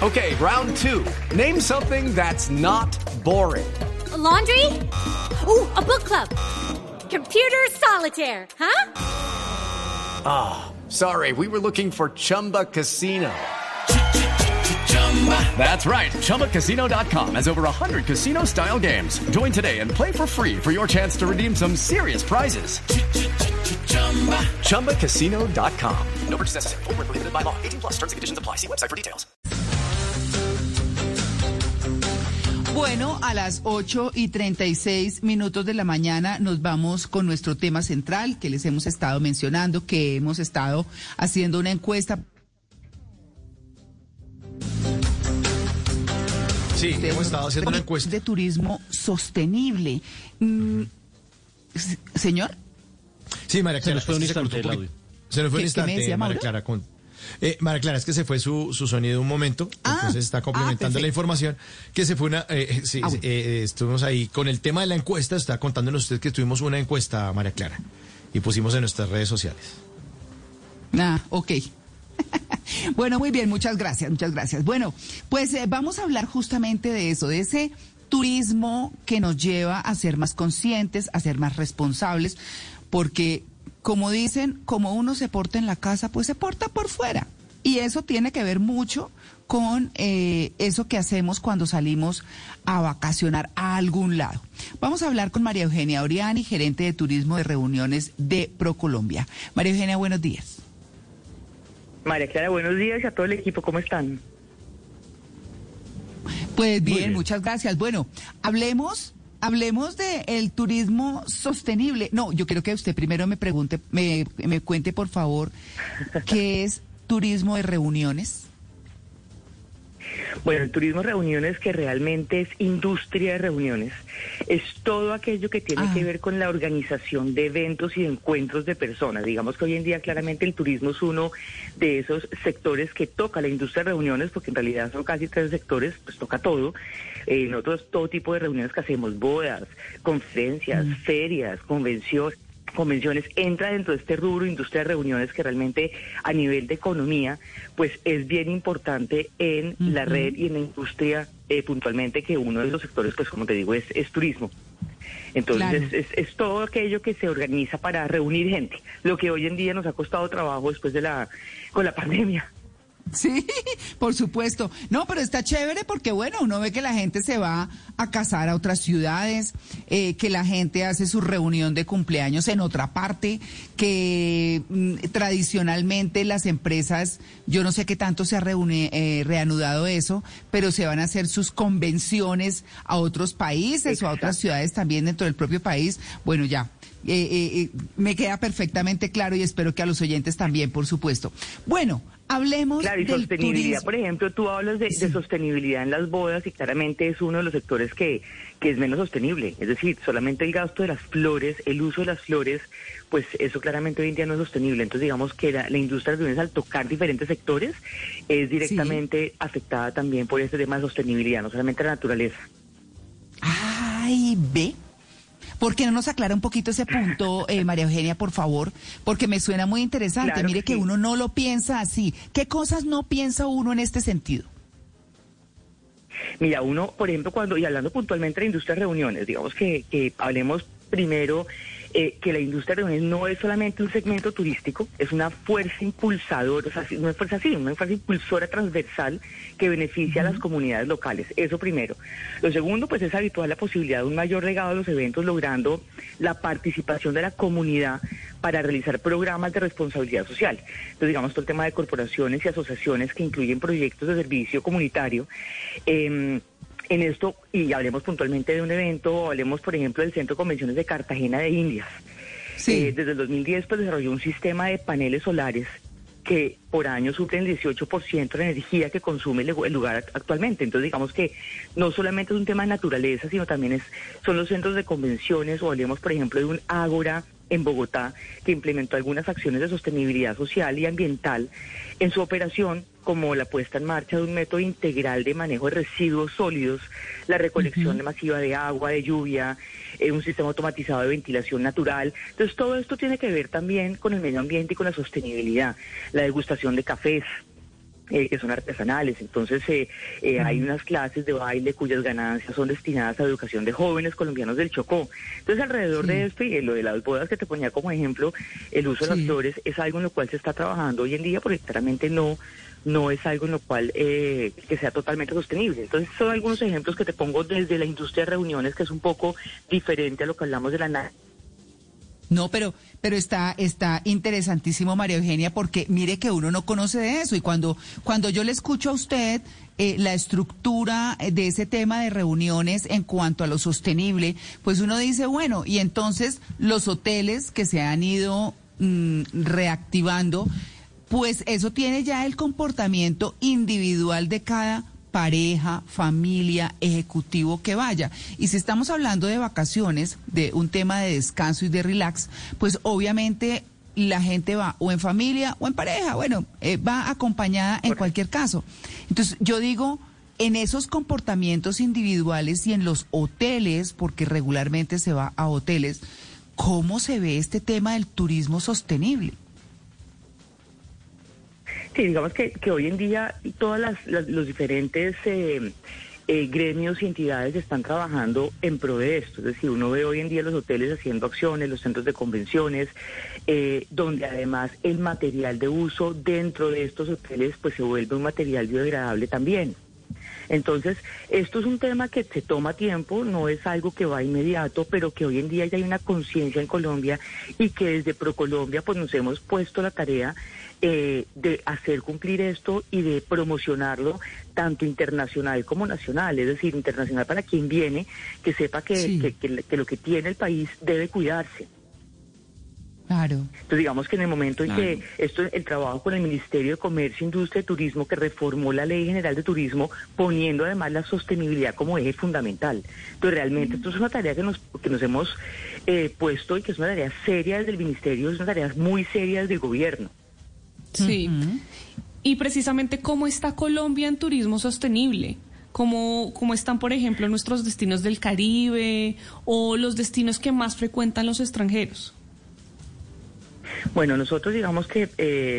Okay, round two. Name something that's not boring. A laundry? Ooh, a book club. Computer solitaire, huh? Ah, sorry, we were looking for Chumba Casino. That's right. ChumbaCasino.com has over 100 casino-style games. Join today and play for free for your chance to redeem some serious prizes. ChumbaCasino.com. No purchase necessary. Void where prohibited by law. 18 plus terms and conditions apply. See website for details. Bueno, a las 8:36 de la mañana nos vamos con nuestro tema central que les hemos estado mencionando, que hemos estado haciendo una encuesta. Sí, hemos estado haciendo una encuesta. De turismo sostenible. ¿Señor? Sí, María Clara. Se nos fue un instante el audio. Se nos fue un ¿Qué me instante, decía, María Mauro? Clara. María Clara, es que se fue su sonido un momento, entonces está complementando perfecto. la información, que se fue estuvimos ahí con el tema de la encuesta, está contándonos usted que tuvimos una encuesta, María Clara, y pusimos en nuestras redes sociales. Ok. Bueno, muy bien, muchas gracias. Bueno, pues vamos a hablar justamente de eso, de ese turismo que nos lleva a ser más conscientes, a ser más responsables, porque como dicen, como uno se porta en la casa, pues se porta por fuera. Y eso tiene que ver mucho con eso que hacemos cuando salimos a vacacionar a algún lado. Vamos a hablar con María Eugenia Oriani, gerente de turismo de reuniones de ProColombia. María Eugenia, buenos días. María Clara, buenos días y a todo el equipo, ¿cómo están? Pues bien, muchas gracias. Bueno, hablemos de el turismo sostenible. No, yo quiero que usted primero me pregunte, me cuente, por favor, ¿qué es turismo de reuniones? Bueno, el turismo de reuniones, que realmente es industria de reuniones, es todo aquello que tiene que ver con la organización de eventos y de encuentros de personas. Digamos que hoy en día claramente el turismo es uno de esos sectores que toca la industria de reuniones, porque en realidad son casi 3 sectores, pues toca todo. Nosotros todo tipo de reuniones que hacemos, bodas, conferencias, ferias, convenciones, entra dentro de este rubro industria de reuniones, que realmente a nivel de economía pues es bien importante en la red y en la industria, puntualmente, que uno de los sectores, pues como te digo, es turismo. Entonces es todo aquello que se organiza para reunir gente, lo que hoy en día nos ha costado trabajo después con la pandemia. Sí, por supuesto. No, pero está chévere porque, bueno, uno ve que la gente se va a casar a otras ciudades, que la gente hace su reunión de cumpleaños en otra parte, que tradicionalmente las empresas, yo no sé qué tanto se ha reanudado eso, pero se van a hacer sus convenciones a otros países. Exacto. O a otras ciudades también dentro del propio país. Bueno, ya. Me queda perfectamente claro y espero que a los oyentes también, por supuesto. Bueno, hablemos y del sostenibilidad, turismo. por ejemplo, tú hablas de sostenibilidad en las bodas y claramente es uno de los sectores que es menos sostenible. Es decir, solamente el gasto de las flores, el uso de las flores, pues eso claramente hoy en día no es sostenible. Entonces digamos que la industria de reuniones, al tocar diferentes sectores, es directamente afectada también por este tema de sostenibilidad, no solamente la naturaleza. Ay, ve. ¿Por qué no nos aclara un poquito ese punto, María Eugenia, por favor? Porque me suena muy interesante. Claro, mire que uno no lo piensa así. ¿Qué cosas no piensa uno en este sentido? Mira, uno, por ejemplo, y hablando puntualmente de la industria de reuniones, digamos que hablemos primero que la industria de reuniones no es solamente un segmento turístico, es una fuerza impulsadora, una fuerza impulsora transversal que beneficia a las comunidades locales. Eso primero. Lo segundo, pues es habitual la posibilidad de un mayor regado de los eventos, logrando la participación de la comunidad para realizar programas de responsabilidad social. Entonces, digamos, todo el tema de corporaciones y asociaciones que incluyen proyectos de servicio comunitario. En esto, y hablemos puntualmente de un evento, o hablemos, por ejemplo, del Centro de Convenciones de Cartagena de Indias. Sí. Desde el 2010 pues desarrolló un sistema de paneles solares que por año suplen el 18% de la energía que consume el lugar actualmente. Entonces digamos que no solamente es un tema de naturaleza, sino también son los centros de convenciones, o hablemos, por ejemplo, de un ágora en Bogotá, que implementó algunas acciones de sostenibilidad social y ambiental en su operación, como la puesta en marcha de un método integral de manejo de residuos sólidos, la recolección masiva de agua, de lluvia, un sistema automatizado de ventilación natural. Entonces todo esto tiene que ver también con el medio ambiente y con la sostenibilidad, la degustación de cafés, que son artesanales. Entonces hay unas clases de baile cuyas ganancias son destinadas a educación de jóvenes colombianos del Chocó. Entonces alrededor de esto y lo de las bodas que te ponía como ejemplo, el uso de las flores es algo en lo cual se está trabajando hoy en día, porque claramente no es algo en lo cual que sea totalmente sostenible. Entonces son algunos ejemplos que te pongo desde la industria de reuniones, que es un poco diferente a lo que hablamos de la No, pero está interesantísimo, María Eugenia, porque mire que uno no conoce de eso, y cuando yo le escucho a usted la estructura de ese tema de reuniones en cuanto a lo sostenible, pues uno dice, bueno, y entonces los hoteles que se han ido reactivando, pues eso tiene ya el comportamiento individual de cada pareja, familia, ejecutivo que vaya. Y si estamos hablando de vacaciones, de un tema de descanso y de relax, pues obviamente la gente va o en familia o en pareja, bueno, va acompañada en cualquier caso. Entonces yo digo, en esos comportamientos individuales y en los hoteles, porque regularmente se va a hoteles, ¿cómo se ve este tema del turismo sostenible? Sí, digamos que hoy en día todos los diferentes gremios y entidades están trabajando en pro de esto. Es decir, uno ve hoy en día los hoteles haciendo acciones, los centros de convenciones, donde además el material de uso dentro de estos hoteles pues se vuelve un material biodegradable también. Entonces, esto es un tema que se toma tiempo, no es algo que va inmediato, pero que hoy en día ya hay una conciencia en Colombia y que desde ProColombia pues nos hemos puesto la tarea de hacer cumplir esto y de promocionarlo tanto internacional como nacional, es decir, internacional para quien viene, que sepa que lo que tiene el país debe cuidarse. Claro. Entonces digamos que en el momento en que el trabajo con el Ministerio de Comercio, Industria y Turismo, que reformó la Ley General de Turismo, poniendo además la sostenibilidad como eje fundamental. Entonces realmente esto es una tarea que nos hemos puesto y que es una tarea seria desde el Ministerio, es una tarea muy seria desde el gobierno. Sí. Y precisamente, ¿cómo está Colombia en turismo sostenible? ¿Cómo están, por ejemplo, nuestros destinos del Caribe o los destinos que más frecuentan los extranjeros? Bueno, nosotros digamos que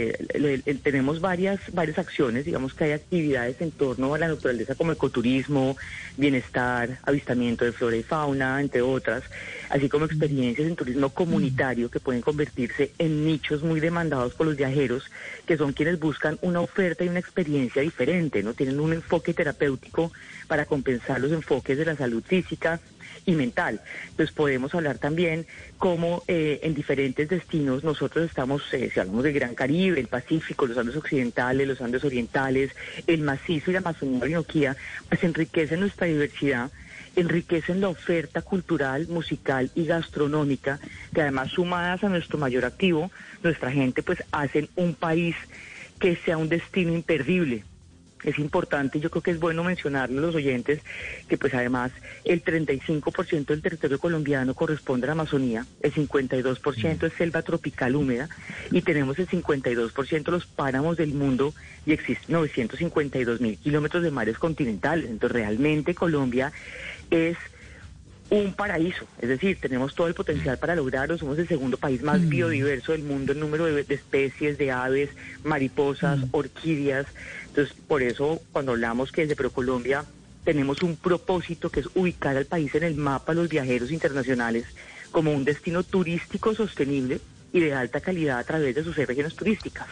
tenemos varias acciones, digamos que hay actividades en torno a la naturaleza como ecoturismo, bienestar, avistamiento de flora y fauna, entre otras, así como experiencias en turismo comunitario que pueden convertirse en nichos muy demandados por los viajeros, que son quienes buscan una oferta y una experiencia diferente, ¿no? Tienen un enfoque terapéutico para compensar los enfoques de la salud física y mental. Entonces podemos hablar también cómo en diferentes destinos nosotros estamos, si hablamos del Gran Caribe, el Pacífico, los Andes Occidentales, los Andes Orientales, el Macizo y la Amazonía Orinoquía, pues enriquecen nuestra diversidad, enriquecen la oferta cultural, musical y gastronómica, que además sumadas a nuestro mayor activo, nuestra gente pues hacen un país que sea un destino imperdible. Es importante, yo creo que es bueno mencionarlo a los oyentes, que pues además el 35% del territorio colombiano corresponde a la Amazonía, el 52% es selva tropical húmeda y tenemos el 52% de los páramos del mundo y existen 952.000 kilómetros de mares continentales. Entonces realmente Colombia es un paraíso, es decir, tenemos todo el potencial para lograrlo, somos el segundo país más biodiverso del mundo en número de especies, de aves, mariposas, orquídeas. Entonces, por eso, cuando hablamos que desde ProColombia tenemos un propósito que es ubicar al país en el mapa de los viajeros internacionales como un destino turístico sostenible y de alta calidad a través de sus regiones turísticas.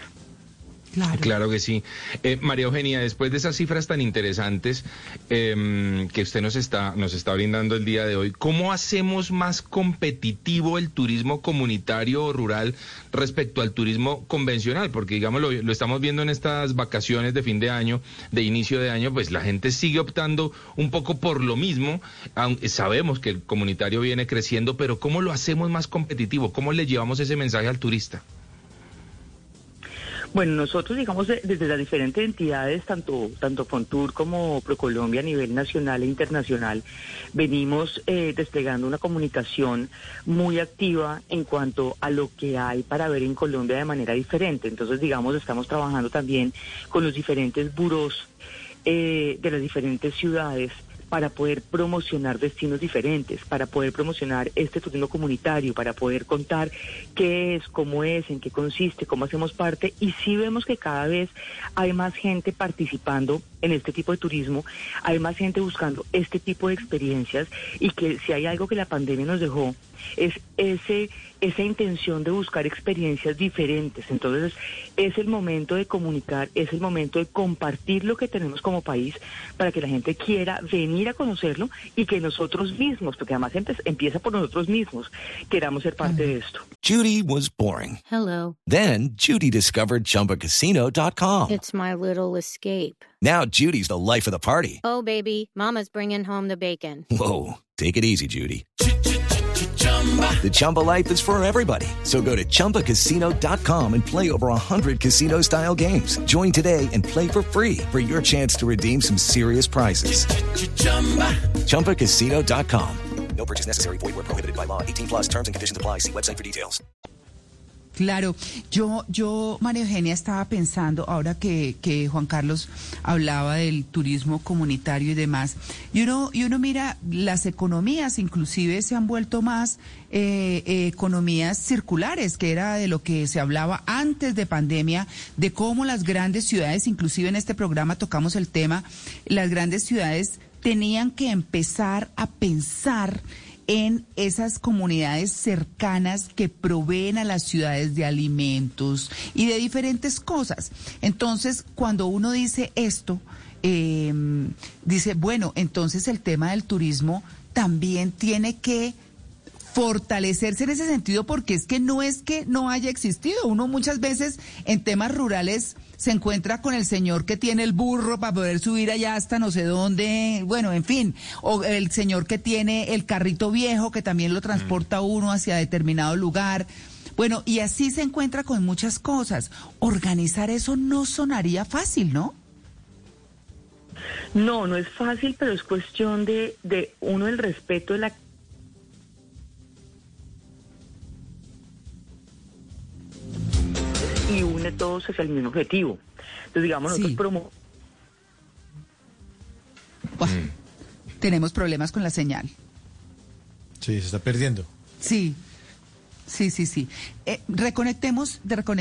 Claro que sí. María Eugenia, después de esas cifras tan interesantes que usted nos está brindando el día de hoy, ¿cómo hacemos más competitivo el turismo comunitario o rural respecto al turismo convencional? Porque, digamos, lo estamos viendo en estas vacaciones de fin de año, de inicio de año, pues la gente sigue optando un poco por lo mismo, aunque sabemos que el comunitario viene creciendo, pero ¿cómo lo hacemos más competitivo? ¿Cómo le llevamos ese mensaje al turista? Bueno, nosotros, digamos, desde las diferentes entidades, tanto Fontur como ProColombia a nivel nacional e internacional, venimos desplegando una comunicación muy activa en cuanto a lo que hay para ver en Colombia de manera diferente. Entonces, digamos, estamos trabajando también con los diferentes burós de las diferentes ciudades para poder promocionar destinos diferentes, para poder promocionar este turismo comunitario, para poder contar qué es, cómo es, en qué consiste, cómo hacemos parte, y sí vemos que cada vez hay más gente participando en este tipo de turismo, hay más gente buscando este tipo de experiencias, y que si hay algo que la pandemia nos dejó es esa intención de buscar experiencias diferentes. Entonces es el momento de comunicar, es el momento de compartir lo que tenemos como país para que la gente quiera venir a conocerlo y que nosotros mismos, porque además empieza por nosotros mismos, queramos ser parte de esto. Judy was boring. Hello. Then Judy discovered ChumbaCasino.com. It's my little escape. Now Judy's the life of the party. Oh, baby, mama's bringing home the bacon. Whoa, take it easy, Judy. The Chumba life is for everybody. So go to ChumbaCasino.com and play over 100 casino-style games. Join today and play for free for your chance to redeem some serious prizes. ChumbaCasino.com. No purchase necessary. Void where prohibited by law. 18 plus terms and conditions apply. See website for details. Claro, yo, María Eugenia, estaba pensando, ahora que Juan Carlos hablaba del turismo comunitario y demás, y uno mira, las economías inclusive se han vuelto más economías circulares, que era de lo que se hablaba antes de pandemia, de cómo las grandes ciudades, inclusive en este programa tocamos el tema, las grandes ciudades tenían que empezar a pensar en esas comunidades cercanas que proveen a las ciudades de alimentos y de diferentes cosas. Entonces, cuando uno dice esto, dice, bueno, entonces el tema del turismo también tiene que fortalecerse en ese sentido, porque es que no haya existido. Uno muchas veces en temas rurales se encuentra con el señor que tiene el burro para poder subir allá hasta no sé dónde, bueno, en fin, o el señor que tiene el carrito viejo que también lo transporta uno hacia determinado lugar. Bueno, y así se encuentra con muchas cosas. Organizar eso no sonaría fácil, ¿no? No es fácil, pero es cuestión de uno, el respeto de la y une todos hacia el mismo objetivo. Entonces, digamos, nosotros tenemos problemas con la señal. Sí, se está perdiendo. Sí. Reconectemos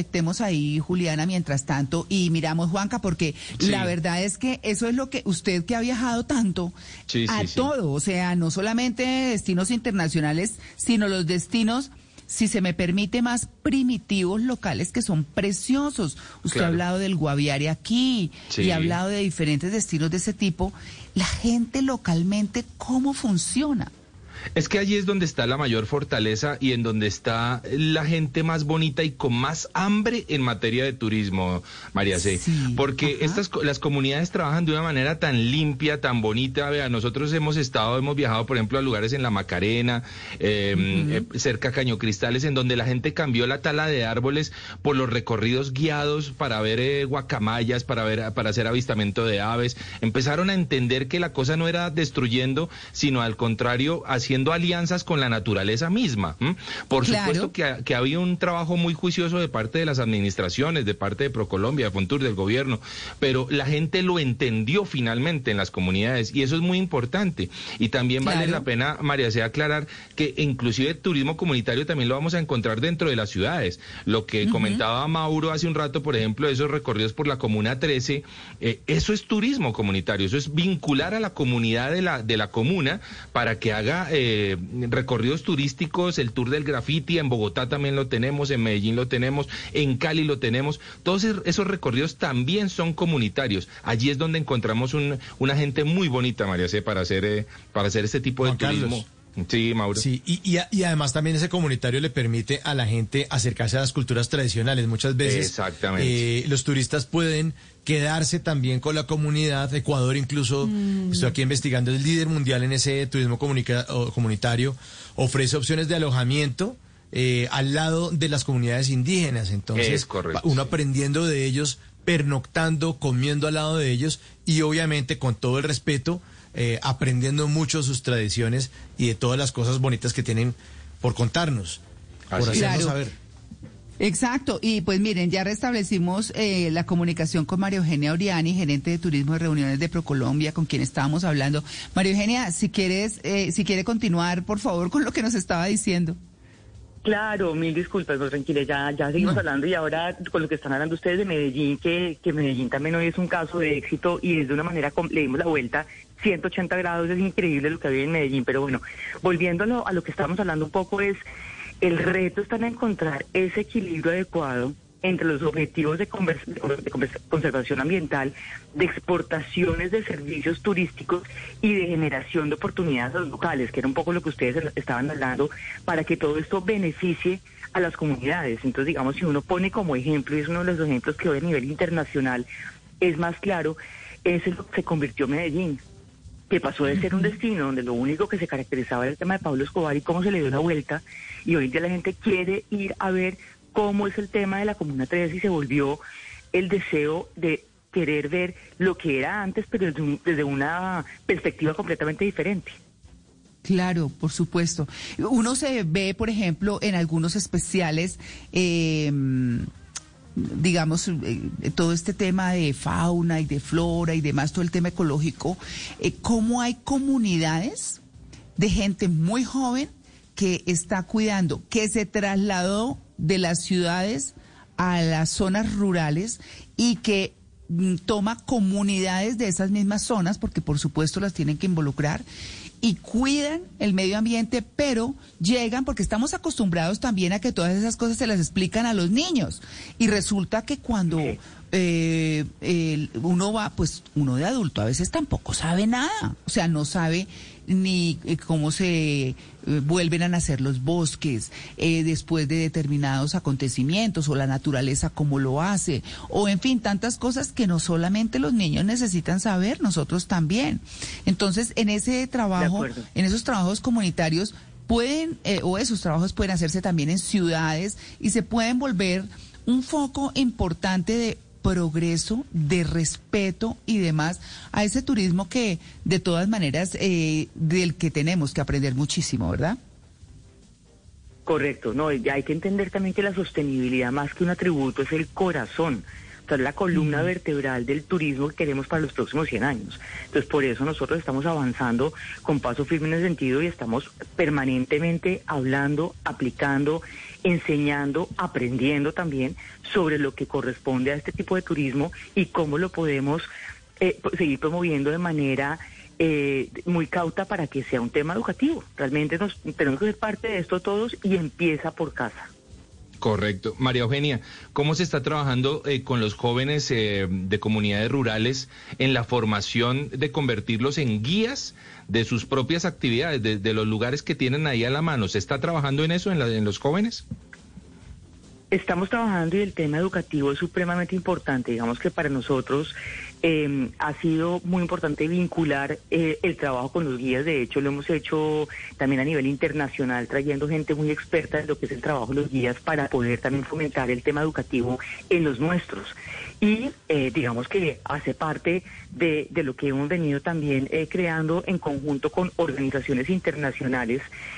ahí, Juliana, mientras tanto, y miramos, Juanca, porque la verdad es que eso es lo que usted, que ha viajado tanto, todo, o sea, no solamente destinos internacionales, sino los destinos, si se me permite, más primitivos locales, que son preciosos. Usted ha hablado del Guaviare aquí y ha hablado de diferentes destinos de ese tipo. La gente localmente, ¿cómo funciona? Es que allí es donde está la mayor fortaleza y en donde está la gente más bonita y con más hambre en materia de turismo, María C. Porque las comunidades trabajan de una manera tan limpia, tan bonita. Vea, nosotros hemos viajado, por ejemplo, a lugares en La Macarena, cerca a Caño Cristales, en donde la gente cambió la tala de árboles por los recorridos guiados para ver guacamayas, para hacer avistamiento de aves. Empezaron a entender que la cosa no era destruyendo, sino al contrario, haciendo alianzas con la naturaleza misma. Por supuesto que había un trabajo muy juicioso de parte de las administraciones, de parte de Procolombia, de Fontur, del gobierno, pero la gente lo entendió finalmente en las comunidades, y eso es muy importante. Y también vale la pena, María C., aclarar que inclusive el turismo comunitario también lo vamos a encontrar dentro de las ciudades. Lo que comentaba Mauro hace un rato, por ejemplo, esos recorridos por la Comuna 13, eso es turismo comunitario, eso es vincular a la comunidad de la comuna para que haga recorridos turísticos, el Tour del Graffiti, en Bogotá también lo tenemos, en Medellín lo tenemos, en Cali lo tenemos. Todos esos recorridos también son comunitarios. Allí es donde encontramos una gente muy bonita, María C., para hacer este tipo de turismo. Carlos. Sí, Mauro. Sí, y además también ese comunitario le permite a la gente acercarse a las culturas tradicionales. Muchas veces los turistas pueden quedarse también con la comunidad. Ecuador incluso, estoy aquí investigando, es líder mundial en ese turismo comunitario, ofrece opciones de alojamiento al lado de las comunidades indígenas. Entonces, uno aprendiendo de ellos, pernoctando, comiendo al lado de ellos, y obviamente con todo el respeto, aprendiendo mucho sus tradiciones y de todas las cosas bonitas que tienen por contarnos, por hacernos saber. Exacto, y pues miren, ya restablecimos la comunicación con María Eugenia Oriani, gerente de turismo de reuniones de ProColombia, con quien estábamos hablando. María Eugenia, si quiere continuar, por favor, con lo que nos estaba diciendo. Claro, mil disculpas, no, tranquila, ya seguimos hablando y ahora con lo que están hablando ustedes de Medellín, que Medellín también hoy es un caso de éxito y es de una manera, le dimos la vuelta 180 grados, es increíble lo que había en Medellín, pero bueno, volviendo a lo que estábamos hablando un poco es, el reto está en encontrar ese equilibrio adecuado entre los objetivos de conservación ambiental, de exportaciones de servicios turísticos y de generación de oportunidades a los locales, que era un poco lo que ustedes estaban hablando, para que todo esto beneficie a las comunidades. Entonces, digamos, si uno pone como ejemplo, y es uno de los ejemplos que hoy a nivel internacional es más claro, es en lo que se convirtió Medellín, que pasó de ser un destino donde lo único que se caracterizaba era el tema de Pablo Escobar y cómo se le dio la vuelta, y hoy en día la gente quiere ir a ver cómo es el tema de la Comuna 13 y se volvió el deseo de querer ver lo que era antes, pero desde una perspectiva completamente diferente. Claro, por supuesto. Uno se ve, por ejemplo, en algunos especiales, digamos, todo este tema de fauna y de flora y demás, todo el tema ecológico, cómo hay comunidades de gente muy joven que está cuidando, que se trasladó de las ciudades a las zonas rurales y que toma comunidades de esas mismas zonas, porque por supuesto las tienen que involucrar, y cuidan el medio ambiente, pero llegan, porque estamos acostumbrados también a que todas esas cosas se las explican a los niños, y resulta que cuando uno va, pues uno de adulto a veces tampoco sabe nada, o sea, no sabe ni cómo se vuelven a nacer los bosques después de determinados acontecimientos, o la naturaleza cómo lo hace, o en fin, tantas cosas que no solamente los niños necesitan saber, nosotros también. Entonces, en ese trabajo, en esos trabajos comunitarios pueden, o esos trabajos pueden hacerse también en ciudades y se pueden volver un foco importante de progreso, de respeto y demás a ese turismo que de todas maneras del que tenemos que aprender muchísimo, ¿verdad? Correcto, no, ya hay que entender también que la sostenibilidad más que un atributo es el corazón, o sea, la columna vertebral del turismo que queremos para los próximos 100 años. Entonces, por eso nosotros estamos avanzando con paso firme en ese sentido y estamos permanentemente hablando, aplicando, enseñando, aprendiendo también sobre lo que corresponde a este tipo de turismo y cómo lo podemos seguir promoviendo de manera muy cauta para que sea un tema educativo. Realmente tenemos que ser parte de esto todos y empieza por casa. Correcto. María Eugenia, ¿cómo se está trabajando con los jóvenes de comunidades rurales en la formación de convertirlos en guías de sus propias actividades, de los lugares que tienen ahí a la mano? ¿Se está trabajando en eso, en los jóvenes? Estamos trabajando y el tema educativo es supremamente importante. Digamos que para nosotros ha sido muy importante vincular el trabajo con los guías. De hecho, lo hemos hecho también a nivel internacional, trayendo gente muy experta en lo que es el trabajo de los guías para poder también fomentar el tema educativo en los nuestros. Y digamos que hace parte de lo que hemos venido también creando en conjunto con organizaciones internacionales,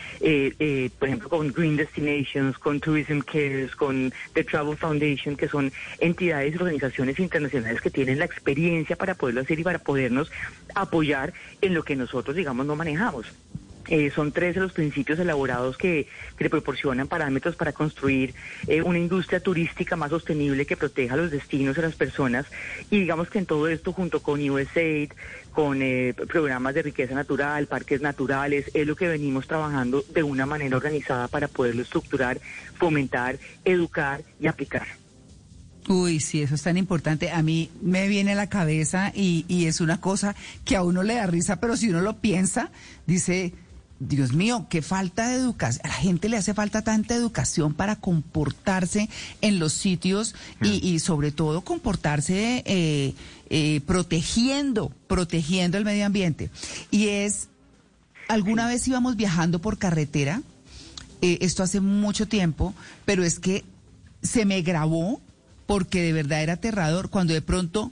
por ejemplo, con Green Destinations, con Tourism Cares, con The Travel Foundation, que son entidades y organizaciones internacionales que tienen la experiencia para poderlo hacer y para podernos apoyar en lo que nosotros, digamos, no manejamos. Son 13 los principios elaborados que le proporcionan parámetros para construir una industria turística más sostenible que proteja los destinos y las personas. Y digamos que en todo esto, junto con USAID, con programas de riqueza natural, parques naturales, es lo que venimos trabajando de una manera organizada para poderlo estructurar, fomentar, educar y aplicar. Uy, sí, eso es tan importante. A mí me viene a la cabeza y es una cosa que a uno le da risa, pero si uno lo piensa, dice, Dios mío, qué falta de educación. A la gente le hace falta tanta educación para comportarse en los sitios y sobre todo comportarse protegiendo el medio ambiente. Y alguna vez íbamos viajando por carretera, esto hace mucho tiempo, pero es que se me grabó porque de verdad era aterrador cuando de pronto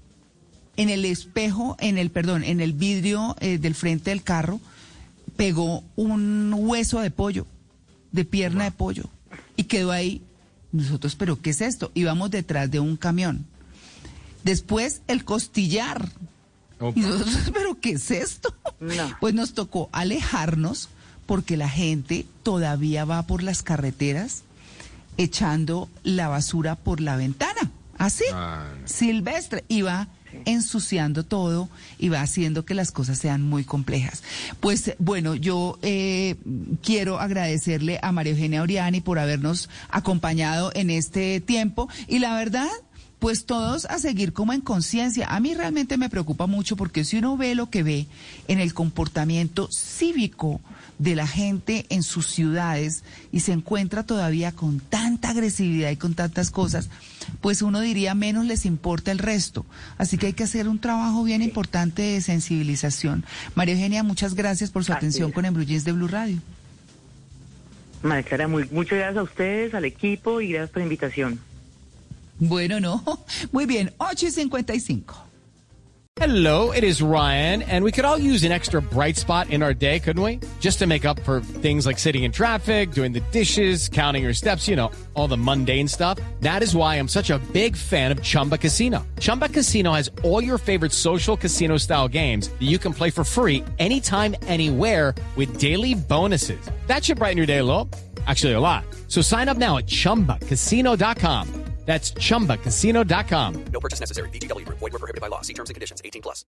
en el espejo, en el vidrio del frente del carro, pegó un hueso de pollo, de pierna de pollo, y quedó ahí Nosotros, ¿pero qué es esto? Íbamos detrás de un camión. Después, el costillar. Opa. Y nosotros, ¿pero qué es esto? No. Pues nos tocó alejarnos porque la gente todavía va por las carreteras echando la basura por la ventana. Así, silvestre. Y va ensuciando todo y va haciendo que las cosas sean muy complejas. Pues bueno, yo quiero agradecerle a María Eugenia Oriani por habernos acompañado en este tiempo y la verdad, pues todos a seguir como en conciencia. A mí realmente me preocupa mucho porque si uno ve lo que ve en el comportamiento cívico de la gente en sus ciudades y se encuentra todavía con tanta agresividad y con tantas cosas, pues uno diría menos les importa el resto. Así que hay que hacer un trabajo bien importante de sensibilización. María Eugenia, muchas gracias por su atención con En Blue Jeans de Blue Radio. María Clara, muchas gracias a ustedes, al equipo y gracias por la invitación. Bueno, no. Muy bien, 8:55. Hello, it is Ryan, and we could all use an extra bright spot in our day, couldn't we? Just to make up for things like sitting in traffic, doing the dishes, counting your steps, you know, all the mundane stuff. That is why I'm such a big fan of Chumba Casino. Chumba Casino has all your favorite social casino-style games that you can play for free anytime, anywhere with daily bonuses. That should brighten your day a little. Actually, a lot. So sign up now at ChumbaCasino.com. That's ChumbaCasino.com. No purchase necessary. VGW Group. Void where prohibited by law. See terms and conditions. 18+.